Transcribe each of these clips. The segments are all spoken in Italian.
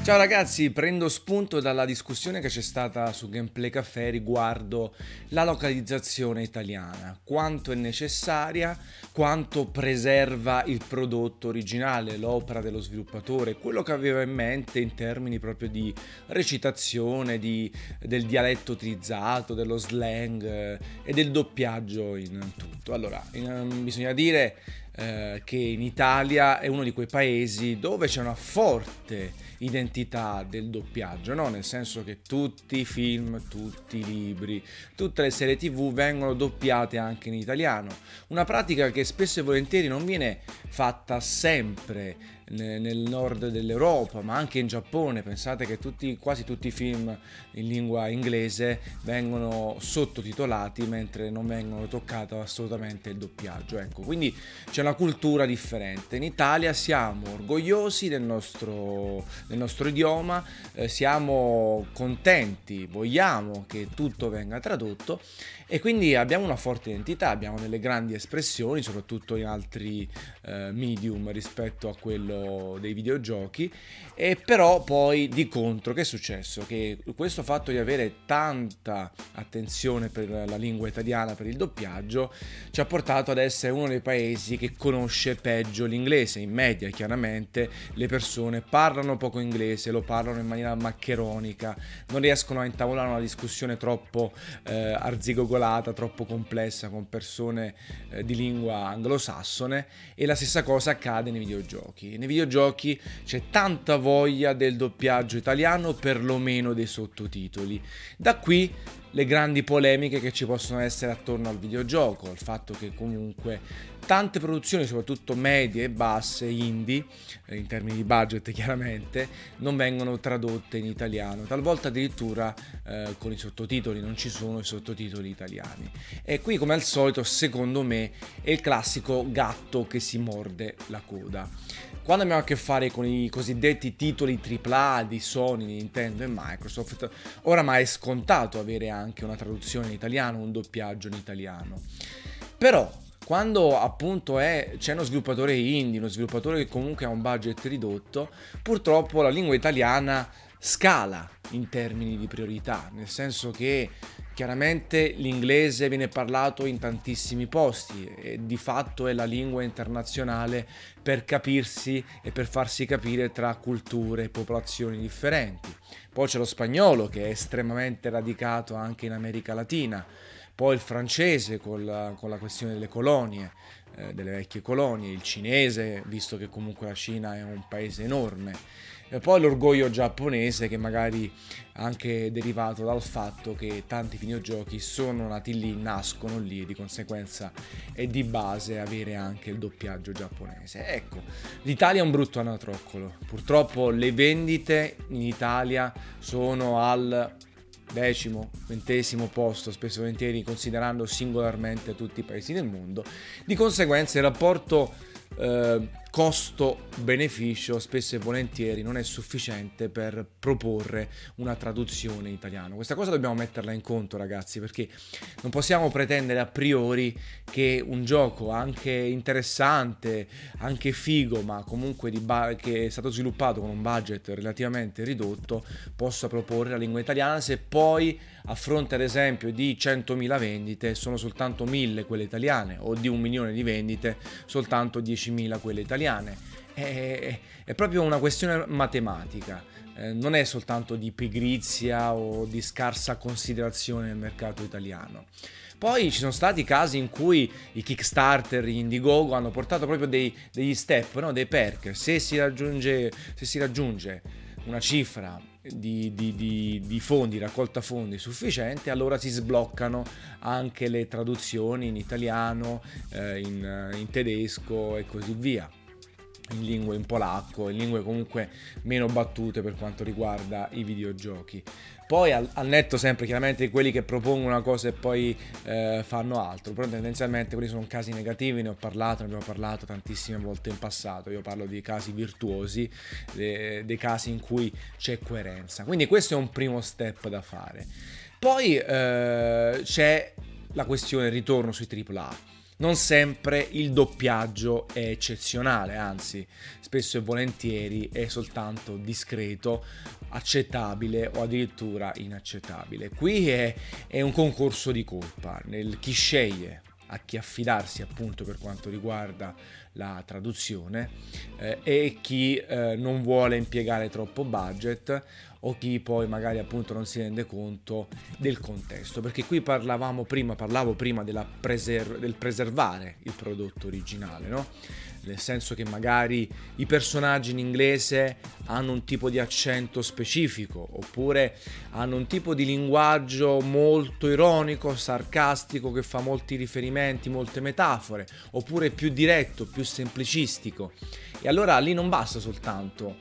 Ciao ragazzi, prendo spunto dalla discussione che c'è stata su Gameplay Café riguardo la localizzazione italiana, quanto è necessaria, quanto preserva il prodotto originale, l'opera dello sviluppatore, quello che aveva in mente in termini proprio di recitazione, del dialetto utilizzato, dello slang e del doppiaggio in tutto. Allora, bisogna dire che in Italia è uno di quei paesi dove c'è una forte identità del doppiaggio, no? Nel senso che tutti i film, tutti i libri, tutte le serie TV vengono doppiate anche in italiano. Una pratica che spesso e volentieri non viene fatta sempre nel nord dell'Europa, ma anche in Giappone. Pensate che quasi tutti i film in lingua inglese vengono sottotitolati, mentre non vengono toccato assolutamente il doppiaggio. Ecco, quindi c'è una cultura differente. In Italia siamo orgogliosi del nostro idioma, siamo contenti, vogliamo che tutto venga tradotto e quindi abbiamo una forte identità, abbiamo delle grandi espressioni, soprattutto in altri medium rispetto a quello dei videogiochi. E però poi di contro che è successo? Che questo fatto di avere tanta attenzione per la lingua italiana, per il doppiaggio, ci ha portato ad essere uno dei paesi che conosce peggio l'inglese. In media, chiaramente, le persone parlano poco inglese, lo parlano in maniera maccheronica, non riescono a intavolare una discussione troppo arzigogolata, troppo complessa con persone di lingua anglosassone, e la stessa cosa accade nei videogiochi. Nei videogiochi c'è tanta voglia del doppiaggio italiano, perlomeno dei sottotitoli. Da qui le grandi polemiche che ci possono essere attorno al videogioco, il fatto che comunque tante produzioni, soprattutto medie e basse, indie, in termini di budget chiaramente, non vengono tradotte in italiano, talvolta addirittura con i sottotitoli, non ci sono i sottotitoli italiani. E qui, come al solito, secondo me è il classico gatto che si morde la coda. Quando abbiamo a che fare con i cosiddetti titoli AAA di Sony, Nintendo e Microsoft, oramai è scontato avere anche una traduzione in italiano, un doppiaggio in italiano. Però quando appunto c'è uno sviluppatore indie, uno sviluppatore che comunque ha un budget ridotto, purtroppo la lingua italiana scala in termini di priorità, nel senso che chiaramente l'inglese viene parlato in tantissimi posti e di fatto è la lingua internazionale per capirsi e per farsi capire tra culture e popolazioni differenti. Poi c'è lo spagnolo, che è estremamente radicato anche in America Latina, poi il francese con la questione delle colonie, delle vecchie colonie, il cinese, visto che comunque la Cina è un paese enorme, e poi l'orgoglio giapponese, che magari anche derivato dal fatto che tanti videogiochi sono nati lì, nascono lì, e di conseguenza è di base avere anche il doppiaggio giapponese. Ecco, l'Italia è un brutto anatroccolo. Purtroppo le vendite in Italia sono al decimo, ventesimo posto, spesso e volentieri considerando singolarmente tutti i paesi del mondo. Di conseguenza il rapporto costo-beneficio spesso e volentieri non è sufficiente per proporre una traduzione in italiano. Questa cosa dobbiamo metterla in conto, ragazzi, perché non possiamo pretendere a priori che un gioco anche interessante, anche figo, ma comunque che è stato sviluppato con un budget relativamente ridotto, possa proporre la lingua italiana, se poi a fronte ad esempio di 100.000 vendite sono soltanto 1.000 quelle italiane, o di 1 milione di vendite soltanto 10.000 quelle italiane. È proprio una questione matematica, non è soltanto di pigrizia o di scarsa considerazione nel mercato italiano. Poi ci sono stati casi in cui i Kickstarter, gli Indiegogo hanno portato proprio degli step, no? Dei perk. Se si raggiunge una cifra di fondi, raccolta fondi sufficiente, allora si sbloccano anche le traduzioni in italiano, in tedesco e così via, in polacco, in lingue comunque meno battute per quanto riguarda i videogiochi. Poi al netto sempre chiaramente di quelli che propongono una cosa e poi fanno altro, però tendenzialmente quelli sono casi negativi, ne abbiamo parlato tantissime volte in passato. Io parlo di casi virtuosi, dei casi in cui c'è coerenza, quindi questo è un primo step da fare. Poi c'è la questione ritorno sui AAA. non sempre il doppiaggio è eccezionale, anzi, spesso e volentieri è soltanto discreto, accettabile o addirittura inaccettabile. Qui è un concorso di colpa nel chi sceglie a chi affidarsi appunto per quanto riguarda la traduzione e chi non vuole impiegare troppo budget o chi poi magari appunto non si rende conto del contesto, perché qui parlavo prima del preservare il prodotto originale, no? Nel senso che magari i personaggi in inglese hanno un tipo di accento specifico, oppure hanno un tipo di linguaggio molto ironico, sarcastico, che fa molti riferimenti, molte metafore, oppure più diretto, più semplicistico. E allora lì non basta soltanto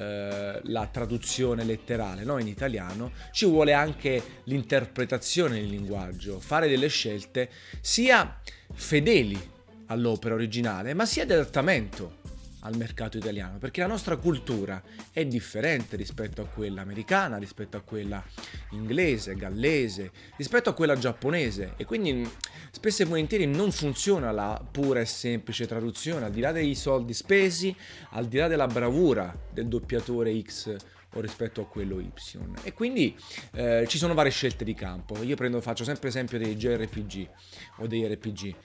la traduzione letterale, no? In italiano ci vuole anche l'interpretazione del linguaggio, fare delle scelte sia fedeli all'opera originale, ma sia di adattamento al mercato italiano, perché la nostra cultura è differente rispetto a quella americana, rispetto a quella inglese, gallese, rispetto a quella giapponese, e quindi spesso e volentieri non funziona la pura e semplice traduzione, al di là dei soldi spesi, al di là della bravura del doppiatore X o rispetto a quello Y, e quindi ci sono varie scelte di campo. Io faccio sempre esempio dei JRPG o dei RPG.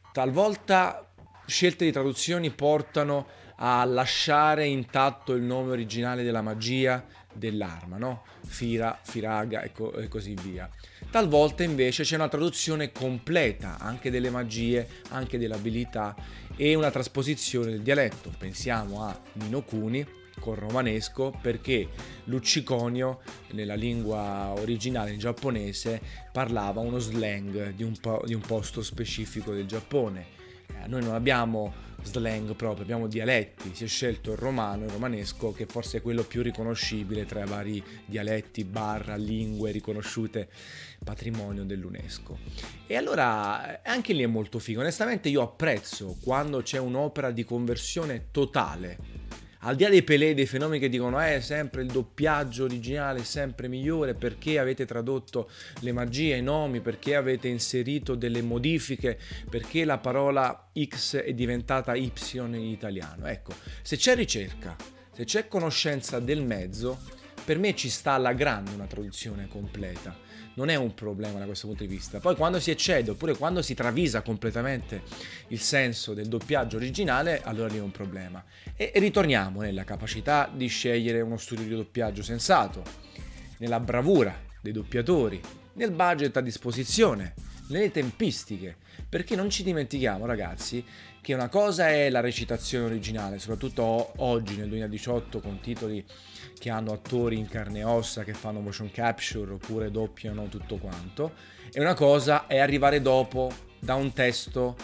Talvolta scelte di traduzioni portano a lasciare intatto il nome originale della magia dell'arma, no? Fira, Firaga e così via. Talvolta invece c'è una traduzione completa anche delle magie, anche delle abilità e una trasposizione del dialetto. Pensiamo a Ni no Kuni con romanesco, perché Lucciconio nella lingua originale in giapponese parlava uno slang di un posto specifico del Giappone. Noi non abbiamo slang proprio, abbiamo dialetti, si è scelto il romano, il romanesco, che forse è quello più riconoscibile tra i vari dialetti / lingue riconosciute patrimonio dell'UNESCO. E allora anche lì è molto figo. Onestamente io apprezzo quando c'è un'opera di conversione totale, al di là dei pelé, dei fenomeni che dicono sempre il doppiaggio originale è sempre migliore perché avete tradotto le magie, i nomi, perché avete inserito delle modifiche, perché la parola X è diventata Y in italiano. Ecco, se c'è ricerca, se c'è conoscenza del mezzo, per me ci sta alla grande una traduzione completa. Non è un problema da questo punto di vista. Poi quando si eccede, oppure quando si travisa completamente il senso del doppiaggio originale, allora lì è un problema. E ritorniamo nella capacità di scegliere uno studio di doppiaggio sensato, nella bravura dei doppiatori, nel budget a disposizione, nelle tempistiche, perché non ci dimentichiamo, ragazzi, che una cosa è la recitazione originale, soprattutto oggi nel 2018 con titoli che hanno attori in carne e ossa che fanno motion capture oppure doppiano tutto quanto, e una cosa è arrivare dopo da un testo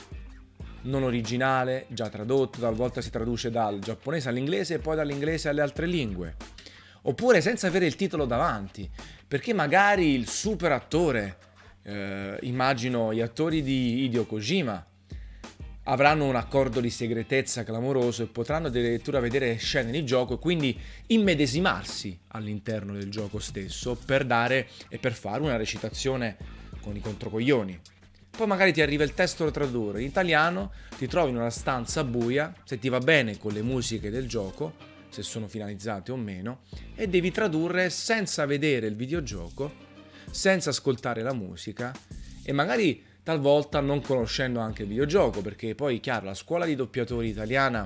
non originale, già tradotto, talvolta si traduce dal giapponese all'inglese e poi dall'inglese alle altre lingue, oppure senza avere il titolo davanti, perché magari il super attore, immagino gli attori di Hideo Kojima, avranno un accordo di segretezza clamoroso e potranno addirittura vedere scene di gioco e quindi immedesimarsi all'interno del gioco stesso per dare e per fare una recitazione con i controcoglioni. Poi magari ti arriva il testo da tradurre in italiano, ti trovi in una stanza buia, se ti va bene con le musiche del gioco, se sono finalizzate o meno, e devi tradurre senza vedere il videogioco, senza ascoltare la musica e magari talvolta non conoscendo anche il videogioco, perché poi chiaro la scuola di doppiatori italiana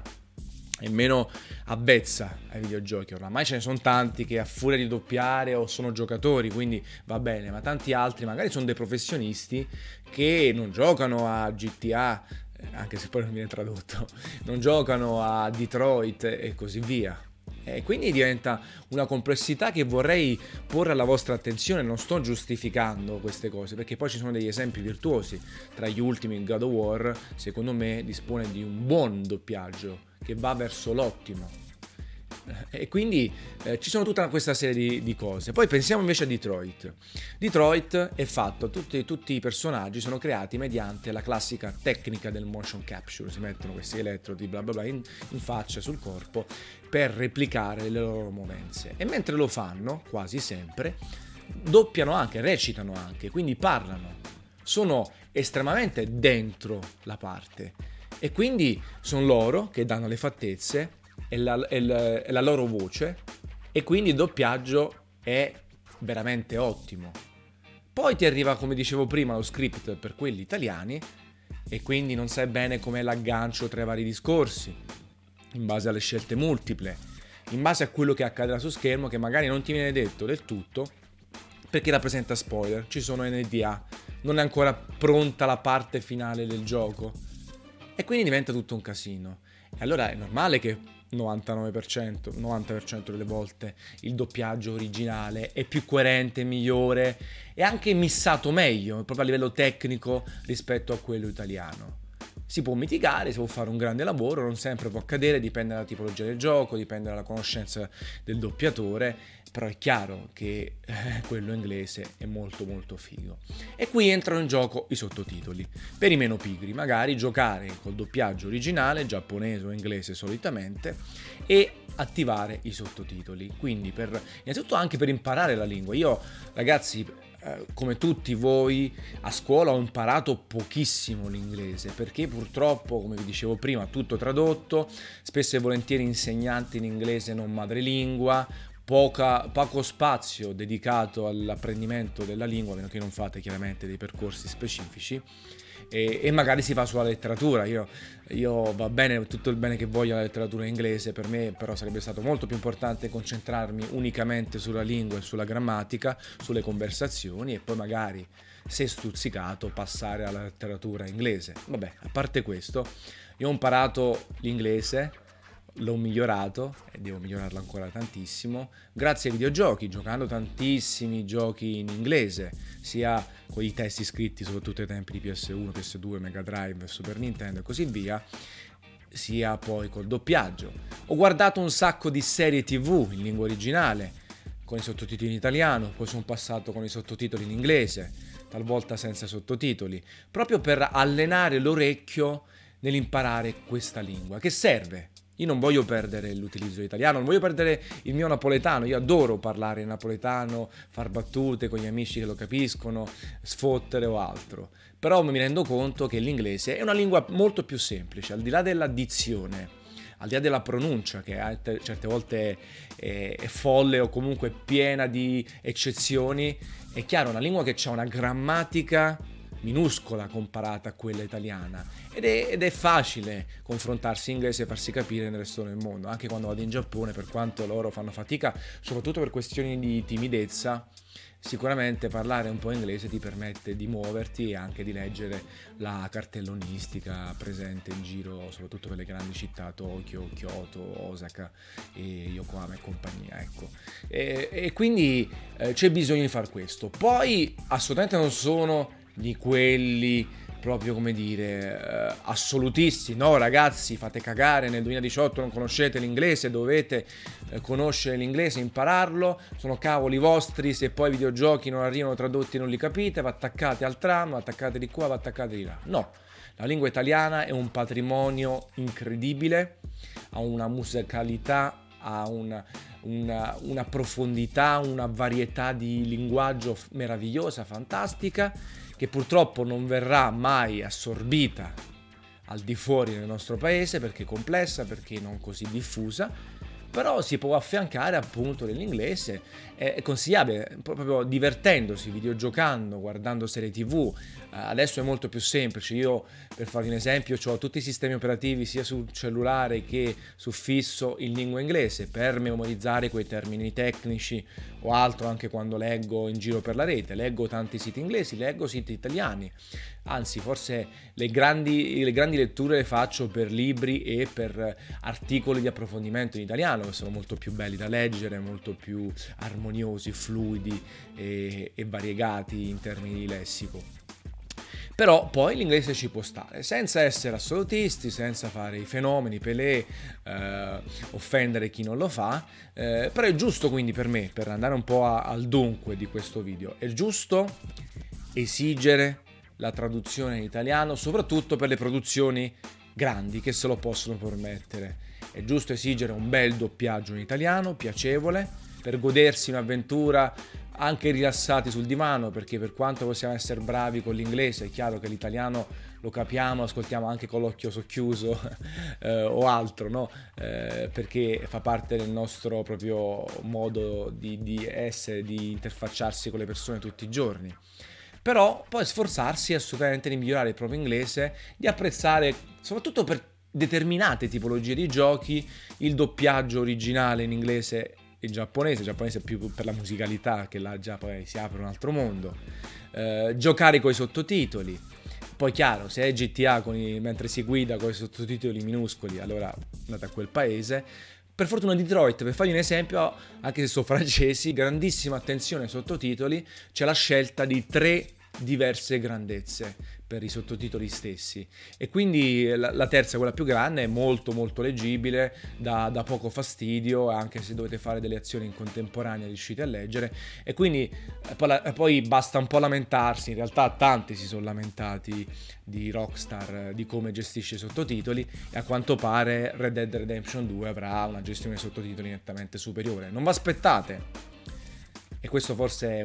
è meno avvezza ai videogiochi, oramai ce ne sono tanti che a furia di doppiare o sono giocatori, quindi va bene, ma tanti altri magari sono dei professionisti che non giocano a GTA, anche se poi non viene tradotto, non giocano a Detroit e così via. E quindi diventa una complessità che vorrei porre alla vostra attenzione. Non sto giustificando queste cose, perché poi ci sono degli esempi virtuosi. Tra gli ultimi God of War, secondo me, dispone di un buon doppiaggio che va verso l'ottimo. E quindi ci sono tutta questa serie di cose. Poi pensiamo invece a Detroit. Detroit è fatto, tutti i personaggi sono creati mediante la classica tecnica del motion capture. Si mettono questi elettrodi bla bla bla in faccia, sul corpo, per replicare le loro movenze. E mentre lo fanno, quasi sempre, doppiano anche, recitano anche, quindi parlano sono estremamente dentro la parte e quindi sono loro che danno le fattezze e la loro voce, e quindi il doppiaggio è veramente ottimo. Poi ti arriva, come dicevo prima, lo script per quelli italiani e quindi non sai bene com'è l'aggancio tra i vari discorsi, in base alle scelte multiple, in base a quello che accadrà su schermo, che magari non ti viene detto del tutto perché rappresenta spoiler. Ci sono NDA, non è ancora pronta la parte finale del gioco e quindi diventa tutto un casino. E allora è normale che 99%, 90% delle volte il doppiaggio originale è più coerente, migliore e anche missato meglio, proprio a livello tecnico, rispetto a quello italiano. Si può mitigare, si può fare un grande lavoro, non sempre può accadere, dipende dalla tipologia del gioco, dipende dalla conoscenza del doppiatore, però è chiaro che quello inglese è molto molto figo. E qui entrano in gioco i sottotitoli. Per i meno pigri, magari giocare col doppiaggio originale, giapponese o inglese solitamente, e attivare i sottotitoli. Quindi innanzitutto anche per imparare la lingua. Io, ragazzi, come tutti voi, a scuola ho imparato pochissimo l'inglese perché purtroppo, come vi dicevo prima, tutto tradotto, spesso e volentieri insegnanti in inglese non madrelingua, poco spazio dedicato all'apprendimento della lingua, a meno che non fate chiaramente dei percorsi specifici, e magari si fa sulla letteratura. Io va bene tutto il bene che voglio alla letteratura inglese, per me però sarebbe stato molto più importante concentrarmi unicamente sulla lingua e sulla grammatica, sulle conversazioni, e poi magari, se stuzzicato, passare alla letteratura inglese. Vabbè, a parte questo, io ho imparato l'inglese, l'ho migliorato e devo migliorarlo ancora tantissimo grazie ai videogiochi, giocando tantissimi giochi in inglese, sia con i testi scritti soprattutto ai tempi di PS1, PS2, Mega Drive, Super Nintendo e così via, sia poi col doppiaggio. Ho guardato un sacco di serie TV in lingua originale con i sottotitoli in italiano, poi sono passato con i sottotitoli in inglese, talvolta senza sottotitoli, proprio per allenare l'orecchio nell'imparare questa lingua, che serve. Io non voglio perdere l'utilizzo dell'italiano, non voglio perdere il mio napoletano, io adoro parlare napoletano, far battute con gli amici che lo capiscono, sfottere o altro. Però mi rendo conto che l'inglese è una lingua molto più semplice, al di là della dizione, al di là della pronuncia, che certe volte è folle o comunque piena di eccezioni. È chiaro, una lingua che ha una grammatica minuscola comparata a quella italiana, ed è facile confrontarsi in inglese e farsi capire nel resto del mondo. Anche quando vado in Giappone, per quanto loro fanno fatica soprattutto per questioni di timidezza, sicuramente parlare un po' inglese ti permette di muoverti e anche di leggere la cartellonistica presente in giro, soprattutto per le grandi città, Tokyo, Kyoto, Osaka e Yokohama e compagnia, ecco. E quindi c'è bisogno di far questo. Poi assolutamente non sono di quelli proprio, come dire, assolutisti. No ragazzi, fate cagare, nel 2018 non conoscete l'inglese, dovete conoscere l'inglese, impararlo, sono cavoli vostri se poi i videogiochi non arrivano tradotti e non li capite, vi attaccate al tram, vi attaccate di qua, vi attaccate di là. No, la lingua italiana è un patrimonio incredibile, ha una musicalità, ha una profondità, una varietà di linguaggio meravigliosa, fantastica, che purtroppo non verrà mai assorbita al di fuori del nostro paese perché è complessa, perché non così diffusa, però si può affiancare appunto dell'inglese. È consigliabile proprio divertendosi, videogiocando, guardando serie TV. Adesso è molto più semplice. Io, per farvi un esempio, ho tutti i sistemi operativi sia sul cellulare che su fisso in lingua inglese per memorizzare quei termini tecnici o altro, anche quando leggo in giro per la rete. Leggo tanti siti inglesi, leggo siti italiani. Anzi, forse le grandi letture le faccio per libri e per articoli di approfondimento in italiano, che sono molto più belli da leggere, molto più armoniosi, fluidi e variegati in termini di lessico. Però poi l'inglese ci può stare, senza essere assolutisti, senza fare i fenomeni, Pelé, offendere chi non lo fa, però è giusto, quindi per me, per andare un po' al dunque di questo video, è giusto esigere la traduzione in italiano, soprattutto per le produzioni grandi che se lo possono permettere. È giusto esigere un bel doppiaggio in italiano, piacevole, per godersi un'avventura anche rilassati sul divano, perché per quanto possiamo essere bravi con l'inglese, è chiaro che l'italiano lo capiamo, lo ascoltiamo anche con l'occhio socchiuso o altro, no? Perché fa parte del nostro proprio modo di essere, di interfacciarsi con le persone tutti i giorni. Però poi sforzarsi assolutamente di migliorare il proprio inglese, di apprezzare, soprattutto per determinate tipologie di giochi, il doppiaggio originale in inglese e giapponese. Il giapponese è più per la musicalità, che là già poi si apre un altro mondo. Giocare coi sottotitoli. Poi chiaro, se è GTA mentre si guida con i sottotitoli minuscoli, allora andate a quel paese. Per fortuna Detroit, per farvi un esempio, anche se sono francesi, grandissima attenzione ai sottotitoli, c'è la scelta di 3 diverse grandezze per i sottotitoli stessi, e quindi la terza, quella più grande, è molto molto leggibile, dà poco fastidio, anche se dovete fare delle azioni in contemporanea riuscite a leggere, e quindi poi basta un po' lamentarsi. In realtà tanti si sono lamentati di Rockstar, di come gestisce i sottotitoli, e a quanto pare Red Dead Redemption 2 avrà una gestione dei sottotitoli nettamente superiore. Non vi aspettate, e questo forse è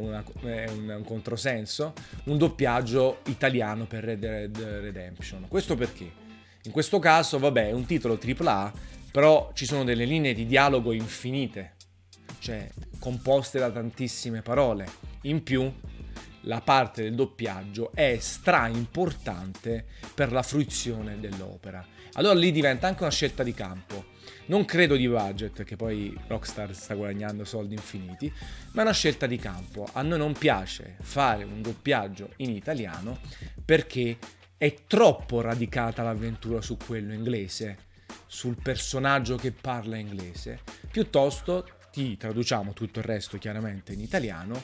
un controsenso, un doppiaggio italiano per Red Dead Redemption. Questo perché? In questo caso, vabbè, è un titolo AAA, però ci sono delle linee di dialogo infinite, cioè composte da tantissime parole. In più, la parte del doppiaggio è stra importante per la fruizione dell'opera. Allora lì diventa anche una scelta di campo. Non credo di budget, che poi Rockstar sta guadagnando soldi infiniti, ma è una scelta di campo. A noi non piace fare un doppiaggio in italiano perché è troppo radicata l'avventura su quello inglese, sul personaggio che parla inglese. Piuttosto ti traduciamo tutto il resto chiaramente in italiano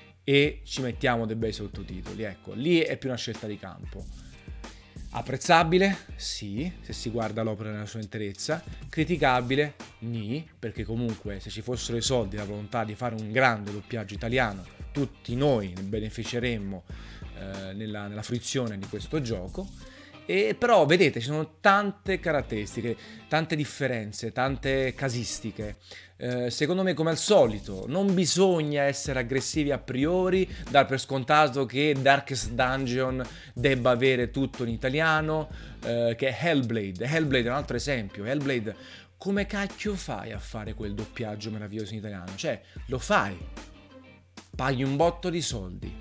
e ci mettiamo dei bei sottotitoli. Ecco, lì è più una scelta di campo. Apprezzabile? Sì, se si guarda l'opera nella sua interezza. Criticabile? Nì, perché comunque se ci fossero i soldi e la volontà di fare un grande doppiaggio italiano, tutti noi ne beneficeremmo nella fruizione di questo gioco. E però vedete, ci sono tante caratteristiche, tante differenze, tante casistiche. Secondo me, come al solito, non bisogna essere aggressivi a priori, dar per scontato che Darkest Dungeon debba avere tutto in italiano, che è Hellblade. Hellblade è un altro esempio. Hellblade, come cacchio fai a fare quel doppiaggio meraviglioso in italiano? Cioè, lo fai, paghi un botto di soldi,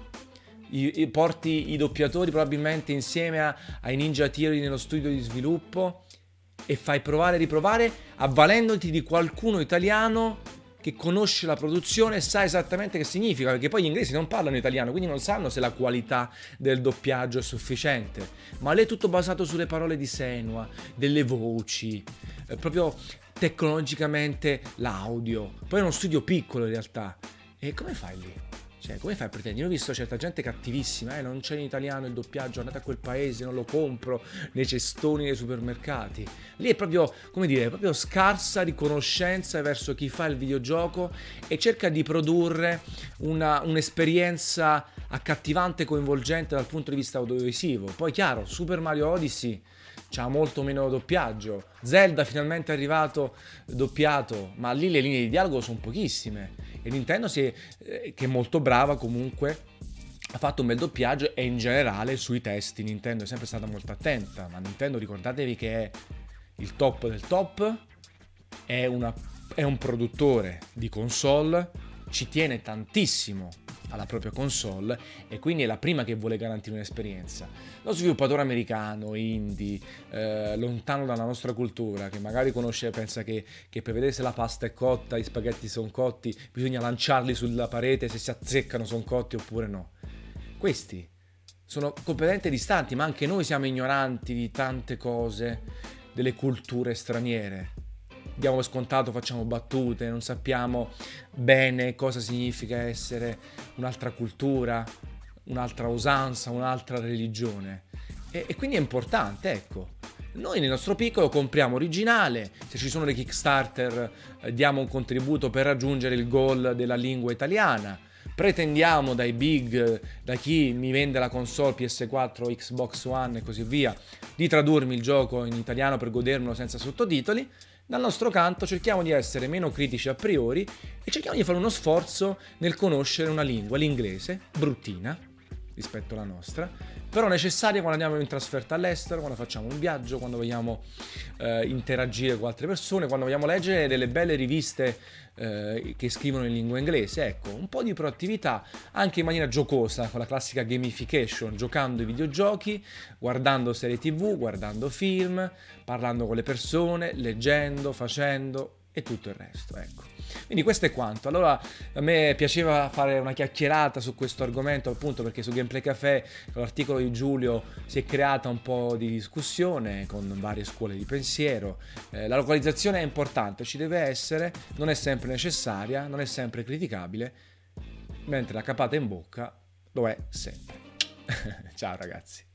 porti i doppiatori probabilmente insieme ai Ninja Theory nello studio di sviluppo e fai provare e riprovare, avvalendoti di qualcuno italiano che conosce la produzione e sa esattamente che significa, perché poi gli inglesi non parlano italiano, quindi non sanno se la qualità del doppiaggio è sufficiente, ma lì è tutto basato sulle parole di Senua, delle voci, proprio tecnologicamente l'audio. Poi è uno studio piccolo in realtà, e come fai lì? Cioè, come fai a pretendere? Io ho visto certa gente cattivissima, non c'è in italiano il doppiaggio, andate a quel paese, non lo compro nei cestoni nei supermercati. Lì è proprio, come dire, proprio scarsa riconoscenza verso chi fa il videogioco e cerca di produrre un'esperienza accattivante e coinvolgente dal punto di vista audiovisivo. Poi chiaro, Super Mario Odyssey c'ha molto meno doppiaggio, Zelda finalmente è arrivato doppiato, ma lì le linee di dialogo sono pochissime. E Nintendo che è molto brava comunque, ha fatto un bel doppiaggio, e in generale sui testi Nintendo è sempre stata molto attenta. Ma Nintendo, ricordatevi che è il top del top, è un produttore di console, ci tiene tantissimo alla propria console e quindi è la prima che vuole garantire un'esperienza. Lo sviluppatore americano, indie, lontano dalla nostra cultura, che magari conosce, pensa che per vedere se la pasta è cotta, gli spaghetti sono cotti, bisogna lanciarli sulla parete, se si azzeccano sono cotti oppure no. Questi sono completamente distanti, ma anche noi siamo ignoranti di tante cose, delle culture straniere. Diamo per scontato, facciamo battute, non sappiamo bene cosa significa essere un'altra cultura, un'altra usanza, un'altra religione. E quindi è importante, ecco. Noi nel nostro piccolo compriamo originale, se ci sono dei Kickstarter diamo un contributo per raggiungere il goal della lingua italiana. pretendiamo dai big, da chi mi vende la console PS4, Xbox One e così via, di tradurmi il gioco in italiano per godermelo senza sottotitoli. Dal nostro canto cerchiamo di essere meno critici a priori e cerchiamo di fare uno sforzo nel conoscere una lingua, l'inglese, bruttina rispetto alla nostra, però necessaria quando andiamo in trasferta all'estero, quando facciamo un viaggio, quando vogliamo interagire con altre persone, quando vogliamo leggere delle belle riviste che scrivono in lingua inglese. Ecco, un po' di proattività anche in maniera giocosa, con la classica gamification, giocando ai videogiochi, guardando serie TV, guardando film, parlando con le persone, leggendo, facendo e tutto il resto, ecco. Quindi questo è quanto. Allora a me piaceva fare una chiacchierata su questo argomento, appunto perché su Gameplay Café con l'articolo di Giulio si è creata un po' di discussione con varie scuole di pensiero. La localizzazione è importante, ci deve essere, non è sempre necessaria, non è sempre criticabile, mentre la capata in bocca lo è sempre. Ciao ragazzi.